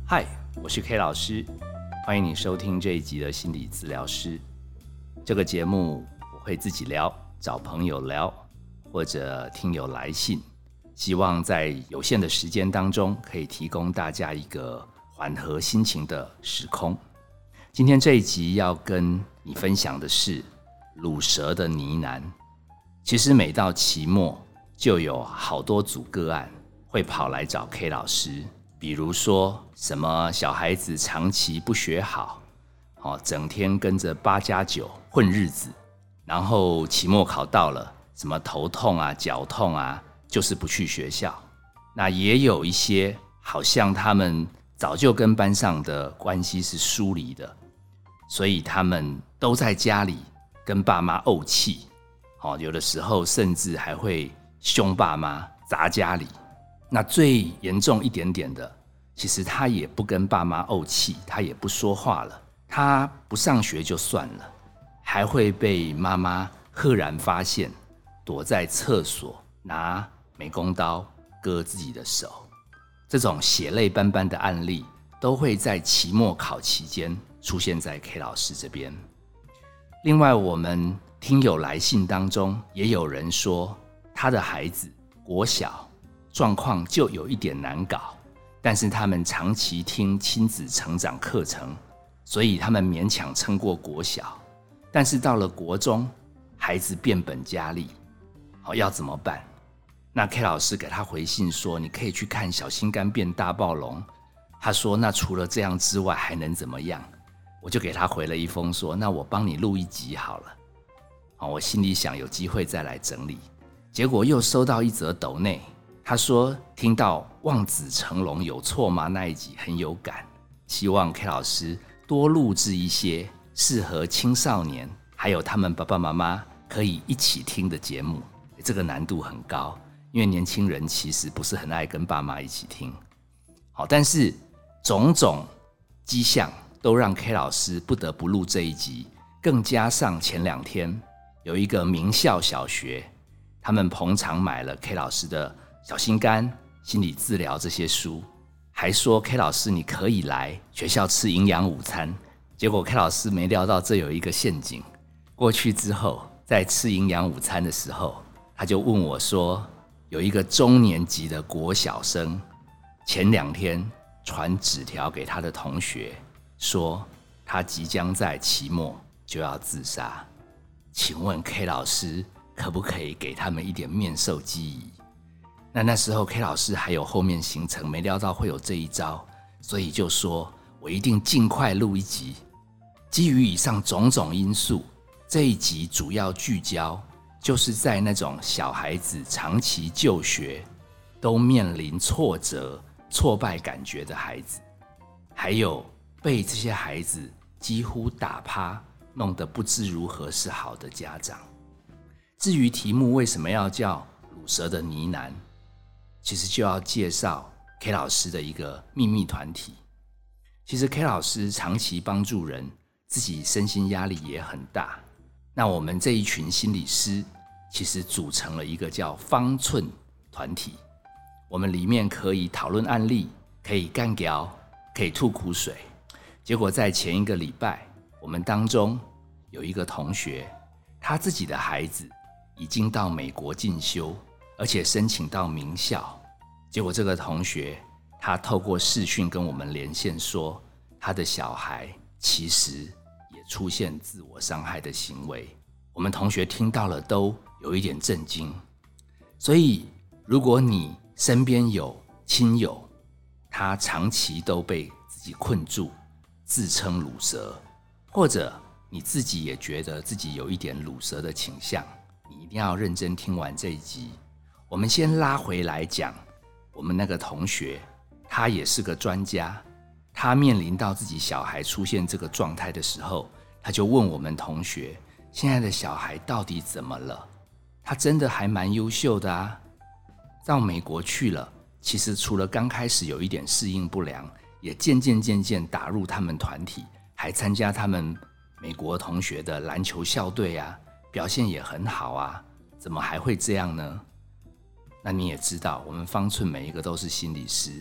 嗨，我是 K 老师，欢迎你收听这一集的心理治疗师。这个节目我会自己聊，找朋友聊，或者听友来信，希望在有限的时间当中，可以提供大家一个缓和心情的时空。今天这一集要跟你分享的是鲁蛇的呢喃。其实每到期末，就有好多组个案会跑来找 K 老师，比如说什么小孩子长期不学好，整天跟着8+9混日子，然后期末考到了，什么头痛啊、脚痛啊，就是不去学校。那也有一些好像他们早就跟班上的关系是疏离的，所以他们都在家里跟爸妈怄气，有的时候甚至还会凶爸妈、砸家里。那最严重一点点的，其实他也不跟爸妈怄气，他也不说话了，他不上学就算了，还会被妈妈赫然发现，躲在厕所拿美工刀割自己的手。这种血泪斑斑的案例都会在期末考期间出现在 K 老师这边。另外，我们听友来信当中也有人说，他的孩子国小状况就有一点难搞，但是他们长期听亲子成长课程，所以他们勉强撑过国小。但是到了国中，孩子变本加厉，要怎么办？那 K 老师给他回信说，你可以去看小心肝变大暴龙。他说，那除了这样之外还能怎么样？我就给他回了一封说，那我帮你录一集好了。我心里想有机会再来整理。结果又收到一则抖内，他说听到望子成龙有错吗那一集很有感，希望 K 老师多录制一些适合青少年还有他们爸爸妈妈可以一起听的节目。这个难度很高，因为年轻人其实不是很爱跟爸妈一起听。但是种种迹象都让 K 老师不得不录这一集，更加上前2天有一个名校小学，他们捧场买了 K 老师的小心肝、心理治疗这些书，还说 K 老师你可以来学校吃营养午餐。结果 K 老师没料到这有一个陷阱，过去之后在吃营养午餐的时候，他就问我说，有一个中年级的国小生前2天传纸条给他的同学，说他即将在期末就要自杀。请问 K 老师可不可以给他们一点面授机宜？那时候 K 老师还有后面行程，没料到会有这一招，所以就说我一定尽快录一集。基于以上种种因素，这一集主要聚焦就是在那种小孩子长期就学都面临挫折、挫败感觉的孩子，还有被这些孩子几乎打趴，弄得不知如何是好的家长。至于题目为什么要叫鲁蛇的呢喃，其实就要介绍 K 老师的一个秘密团体。其实 K 老师长期帮助人，自己身心压力也很大。那我们这一群心理师其实组成了一个叫方寸团体，我们里面可以讨论案例，可以干聊，可以吐苦水。结果在前1个礼拜，我们当中有一个同学，他自己的孩子已经到美国进修，而且申请到名校。结果这个同学他透过视讯跟我们连线说，他的小孩其实也出现自我伤害的行为。我们同学听到了都有一点震惊。所以如果你身边有亲友，他长期都被自己困住，自称鲁蛇，或者你自己也觉得自己有一点鲁蛇的倾向，你一定要认真听完这一集。我们先拉回来讲，我们那个同学他也是个专家，他面临到自己小孩出现这个状态的时候，他就问我们同学，现在的小孩到底怎么了？他真的还蛮优秀的啊，到美国去了，其实除了刚开始有一点适应不良，也渐渐打入他们团体，还参加他们美国同学的篮球校队啊，表现也很好啊，怎么还会这样呢？那你也知道，我们方寸每一个都是心理师，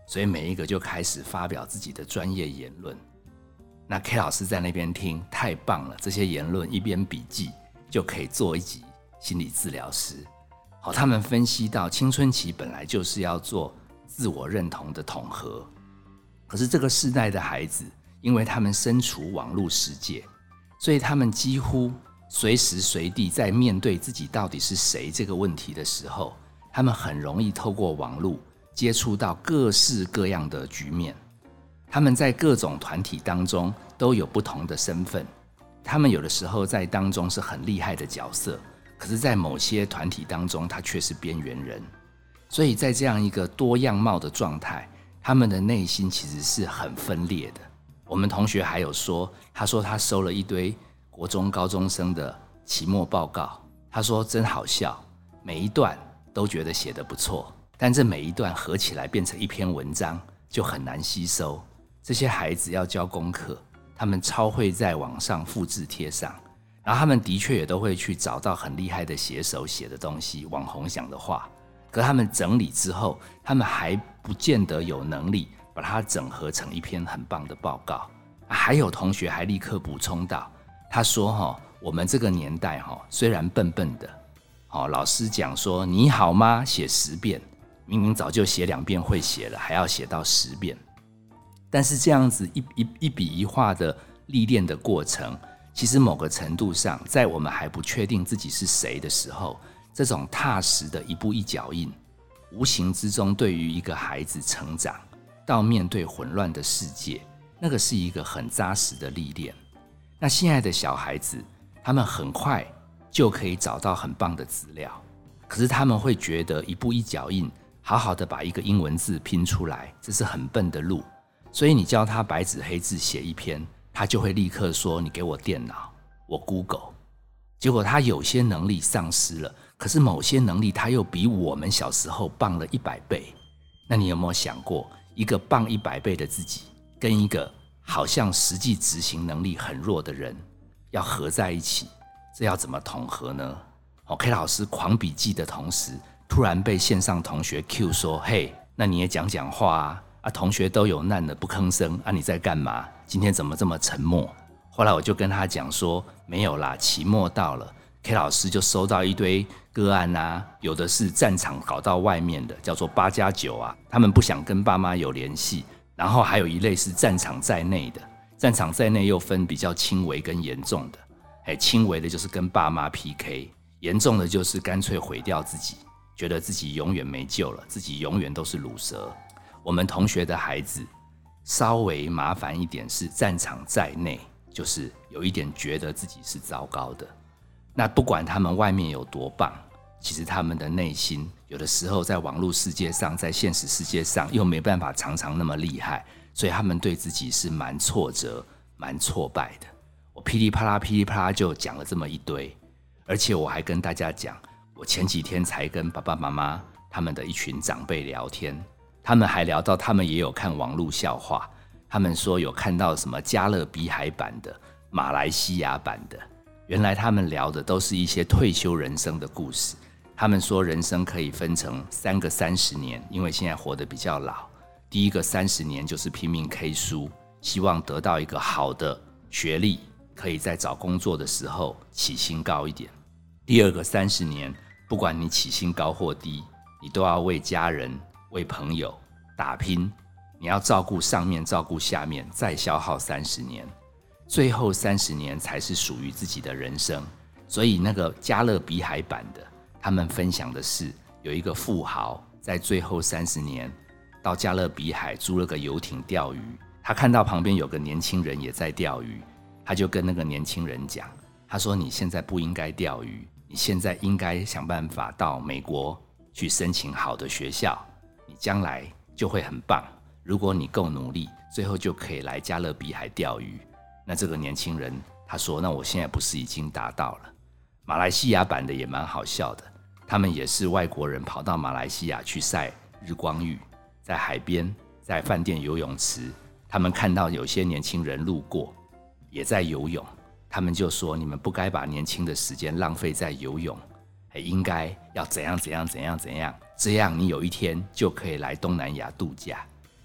所以每一个就开始发表自己的专业言论。那 K 老师在那边听，太棒了，这些言论一边笔记就可以做一集心理治疗师。好，他们分析到青春期本来就是要做自我认同的统合，可是这个世代的孩子，因为他们身处网络世界，所以他们几乎随时随地在面对自己到底是谁这个问题的时候，他们很容易透过网络接触到各式各样的局面。他们在各种团体当中都有不同的身份，他们有的时候在当中是很厉害的角色，可是在某些团体当中他却是边缘人。所以在这样一个多样貌的状态，他们的内心其实是很分裂的。我们同学还有说，他说他收了一堆国中高中生的期末报告，他说真好笑，每一段都觉得写得不错，但这每一段合起来变成一篇文章就很难吸收。这些孩子要交功课，他们超会在网上复制贴上，然后他们的确也都会去找到很厉害的写手写的东西，网红想的话，可他们整理之后，他们还不见得有能力把它整合成一篇很棒的报告。还有同学还立刻补充到，他说我们这个年代虽然笨笨的，老师讲说你好吗写10遍，明明早就写2遍会写了，还要写到10遍。但是这样子一笔一画的历练的过程，其实某个程度上，在我们还不确定自己是谁的时候，这种踏实的一步一脚印，无形之中对于一个孩子成长到面对混乱的世界，那个是一个很扎实的历练。那现在的小孩子，他们很快就可以找到很棒的资料，可是他们会觉得一步一脚印，好好的把一个英文字拼出来，这是很笨的路。所以你教他白纸黑字写一篇，他就会立刻说你给我电脑，我 Google。 结果他有些能力丧失了，可是某些能力他又比我们小时候棒了100倍。那你有没有想过，一个棒100倍的自己跟一个好像实际执行能力很弱的人要合在一起，这要怎么统合呢？K 老师狂笔记的同时，突然被线上同学 Q 说，嘿，那你也讲讲话啊，同学都有难了不吭声啊，你在干嘛？今天怎么这么沉默？后来我就跟他讲说，没有啦，期末到了， K 老师就收到一堆个案啊，有的是战场搞到外面的，叫做8+9啊，他们不想跟爸妈有联系。然后还有一类是战场在内的，战场在内又分比较轻微跟严重的。轻微的就是跟爸妈 PK， 严重的就是干脆毁掉自己，觉得自己永远没救了，自己永远都是鲁蛇。我们同学的孩子稍微麻烦一点，是战场在内，就是有一点觉得自己是糟糕的。那不管他们外面有多棒，其实他们的内心有的时候在网络世界上，在现实世界上又没办法常常那么厉害，所以他们对自己是蛮挫折蛮挫败的。我噼里啪啦就讲了这么一堆，而且我还跟大家讲，我前几天才跟爸爸妈妈他们的一群长辈聊天，他们还聊到他们也有看网络笑话，他们说有看到什么加勒比海版的、马来西亚版的，原来他们聊的都是一些退休人生的故事。他们说人生可以分成3个30年，因为现在活得比较老。第一个30年就是拼命 K 书，希望得到一个好的学历，可以在找工作的时候起薪高一点。第二个30年，不管你起薪高或低，你都要为家人、为朋友打拼，你要照顾上面，照顾下面，再消耗30年。最后30年才是属于自己的人生。所以那个加勒比海版的，他们分享的是有一个富豪在最后30年到加勒比海租了个游艇钓鱼，他看到旁边有个年轻人也在钓鱼，他就跟那个年轻人讲，他说你现在不应该钓鱼，你现在应该想办法到美国去申请好的学校，你将来就会很棒，如果你够努力，最后就可以来加勒比海钓鱼。那这个年轻人他说，那我现在不是已经达到了？马来西亚版的也蛮好笑的，他们也是外国人跑到马来西亚去晒日光浴，在海边，在饭店游泳池，他们看到有些年轻人路过也在游泳，他们就说你们不该把年轻的时间浪费在游泳，应该要怎样，这样你有一天就可以来东南亚度假。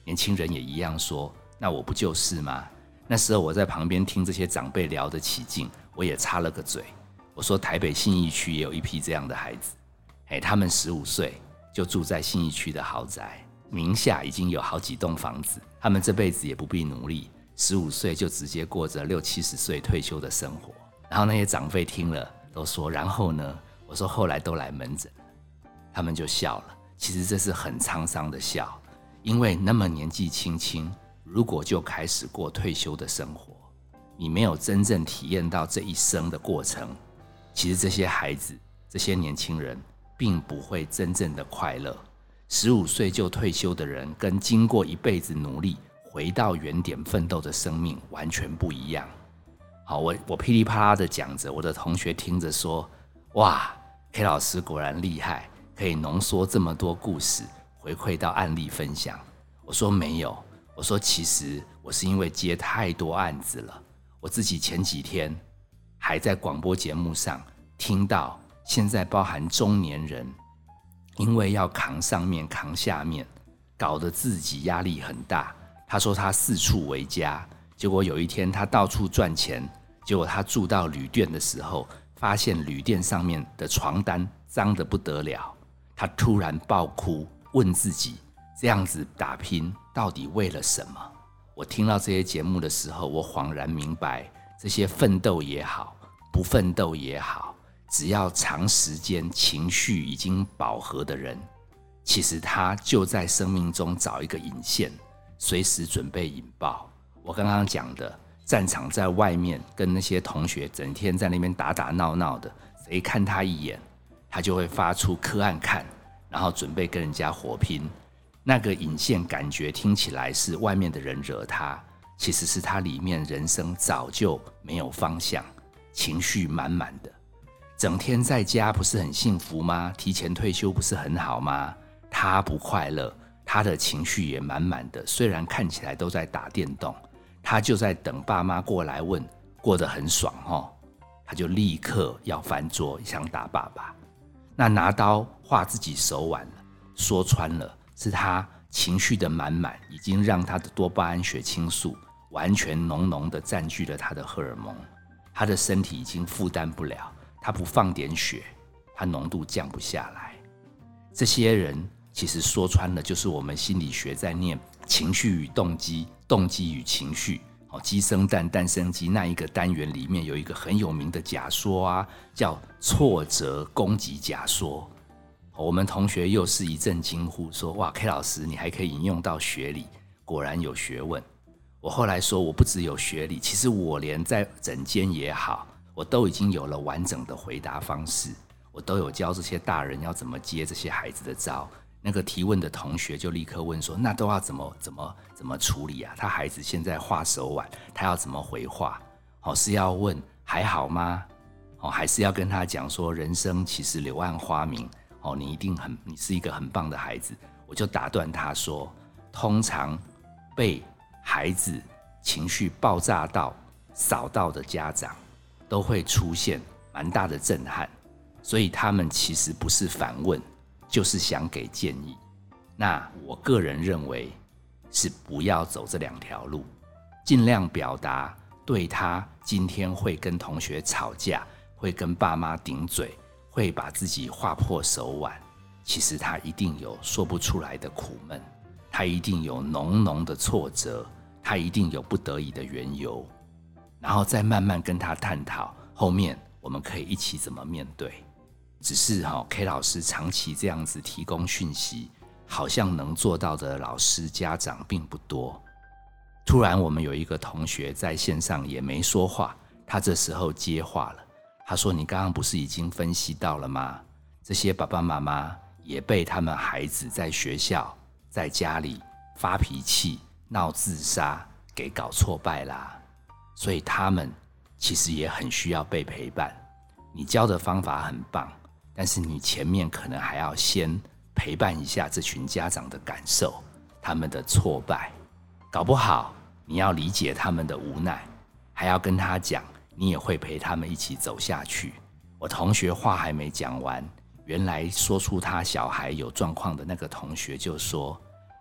年轻人也一样说，那我不就是吗？那时候我在旁边听这些长辈聊得起劲，我也插了个嘴，我说台北信义区也有一批这样的孩子，他们15岁就住在信义区的豪宅，名下已经有好几栋房子，他们这辈子也不必努力，15岁就直接过着60、70岁退休的生活。然后那些长辈听了都说，然后呢？我说后来都来门诊了，他们就笑了。其实这是很沧桑的笑，因为那么年纪轻轻，如果就开始过退休的生活，你没有真正体验到这一生的过程，其实这些孩子、这些年轻人并不会真正的快乐。15岁就退休的人，跟经过一辈子努力回到原点奋斗的生命完全不一样。好，我噼里啪啦的讲着，我的同学听着说，哇， K 老师果然厉害，可以浓缩这么多故事回馈到案例分享。我说没有，我说其实我是因为接太多案子了，我自己前几天还在广播节目上听到，现在包含中年人因为要扛上面扛下面，搞得自己压力很大。他说他四处为家，结果有一天他到处赚钱，结果他住到旅店的时候，发现旅店上面的床单脏得不得了，他突然爆哭，问自己这样子打拼到底为了什么？我听到这些节目的时候，我恍然明白，这些奋斗也好，不奋斗也好，只要长时间情绪已经饱和的人，其实他就在生命中找一个引线，随时准备引爆。我刚刚讲的，战场在外面跟那些同学整天在那边打打闹闹的，谁看他一眼，他就会发出柯暗看，然后准备跟人家火拼。那个引线感觉听起来是外面的人惹他，其实是他里面人生早就没有方向，情绪满满的。整天在家不是很幸福吗？提前退休不是很好吗？他不快乐，他的情绪也满满的。虽然看起来都在打电动，他就在等爸妈过来问，过得很爽哦，他就立刻要翻桌，想打爸爸。那拿刀划自己手腕了，说穿了是他情绪的满满，已经让他的多巴胺、血清素完全浓浓的占据了他的荷尔蒙，他的身体已经负担不了，他不放点血，他浓度降不下来。这些人其实说穿了，就是我们心理学在念情绪与动机，动机与情绪。鸡生蛋，蛋生鸡那一个单元里面有一个很有名的假说啊，叫挫折攻击假说。我们同学又是一阵惊呼说，哇 K 老师你还可以引用到学理，果然有学问。我后来说，我不只有学理，其实我连在诊间也好，我都已经有了完整的回答方式，我都有教这些大人要怎么接这些孩子的招。那个提问的同学就立刻问说，那都要怎么处理啊？他孩子现在画手腕，他要怎么回话？是要问还好吗？还是要跟他讲说，人生其实柳暗花明，你是一个很棒的孩子？我就打断他说，通常被孩子情绪爆炸到扫到的家长，都会出现蛮大的震撼，所以他们其实不是反问，就是想给建议。那我个人认为是不要走这两条路，尽量表达对他今天会跟同学吵架，会跟爸妈顶嘴，会把自己划破手腕，其实他一定有说不出来的苦闷，他一定有浓浓的挫折，他一定有不得已的缘由，然后再慢慢跟他探讨后面我们可以一起怎么面对。只是K 老师长期这样子提供讯息，好像能做到的老师家长并不多。突然我们有一个同学在线上也没说话，他这时候接话了，他说，你刚刚不是已经分析到了吗？这些爸爸妈妈也被他们孩子在学校在家里发脾气闹自杀给搞挫败啦，所以他们其实也很需要被陪伴。你教的方法很棒，但是你前面可能还要先陪伴一下这群家长的感受，他们的挫败，搞不好你要理解他们的无奈，还要跟他讲，你也会陪他们一起走下去。我同学话还没讲完，原来说出他小孩有状况的那个同学就说，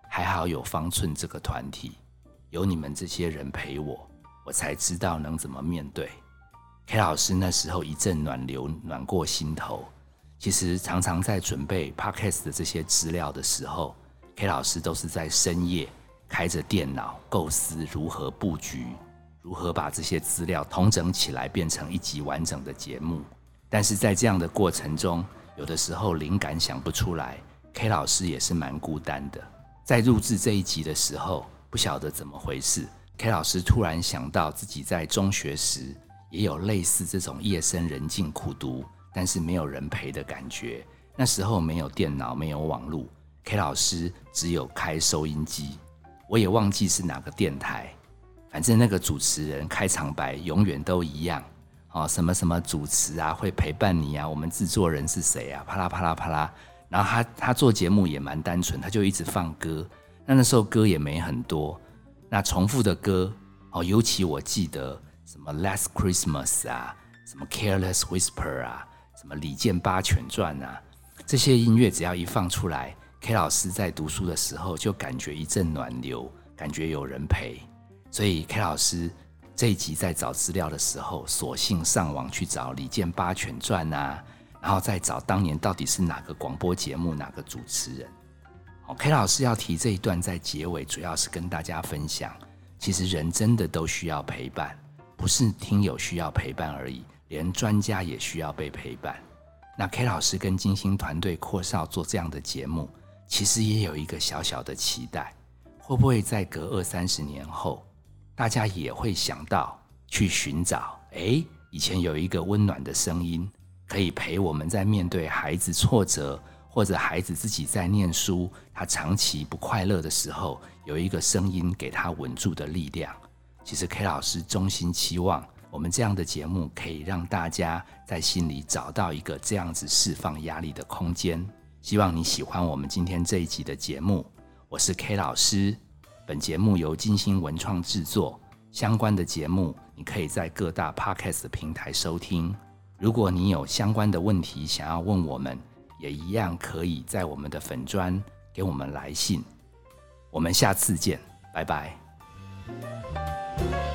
还好有方寸这个团体，有你们这些人陪我，我才知道能怎么面对。K 老师那时候一阵暖流暖过心头。其实常常在准备 Podcast 的这些资料的时候， K 老师都是在深夜开着电脑构思如何布局，如何把这些资料统整起来变成一集完整的节目。但是在这样的过程中，有的时候灵感想不出来， K 老师也是蛮孤单的。在录制这一集的时候，不晓得怎么回事， K 老师突然想到自己在中学时也有类似这种夜深人静苦读，但是没有人陪的感觉。那时候没有电脑，没有网络， K 老师只有开收音机，我也忘记是哪个电台，反正那个主持人开场白永远都一样，什么什么主持啊，会陪伴你啊，我们制作人是谁啊，啪啦啪啦啪啦。然后他做节目也蛮单纯，他就一直放歌。那时候歌也没很多，那重复的歌尤其我记得什么 Last Christmas 啊，什么 Careless Whisper 啊，什么李健八犬传啊，这些音乐只要一放出来， K 老师在读书的时候就感觉一阵暖流，感觉有人陪。所以 K 老师这一集在找资料的时候，索性上网去找李健八犬传啊，然后再找当年到底是哪个广播节目哪个主持人。K 老师要提这一段在结尾，主要是跟大家分享，其实人真的都需要陪伴，不是听友需要陪伴而已，连专家也需要被陪伴。那 K 老师跟金星团队阔少做这样的节目，其实也有一个小小的期待，会不会在隔20-30年后，大家也会想到去寻找，以前有一个温暖的声音，可以陪我们在面对孩子挫折，或者孩子自己在念书，他长期不快乐的时候，有一个声音给他稳住的力量。其实 K 老师衷心期望我们这样的节目可以让大家在心里找到一个这样子释放压力的空间。希望你喜欢我们今天这一集的节目，我是 K 老师。本节目由金星文创制作，相关的节目你可以在各大 Podcast 平台收听。如果你有相关的问题想要问我们，也一样可以在我们的粉专给我们来信。我们下次见，拜拜。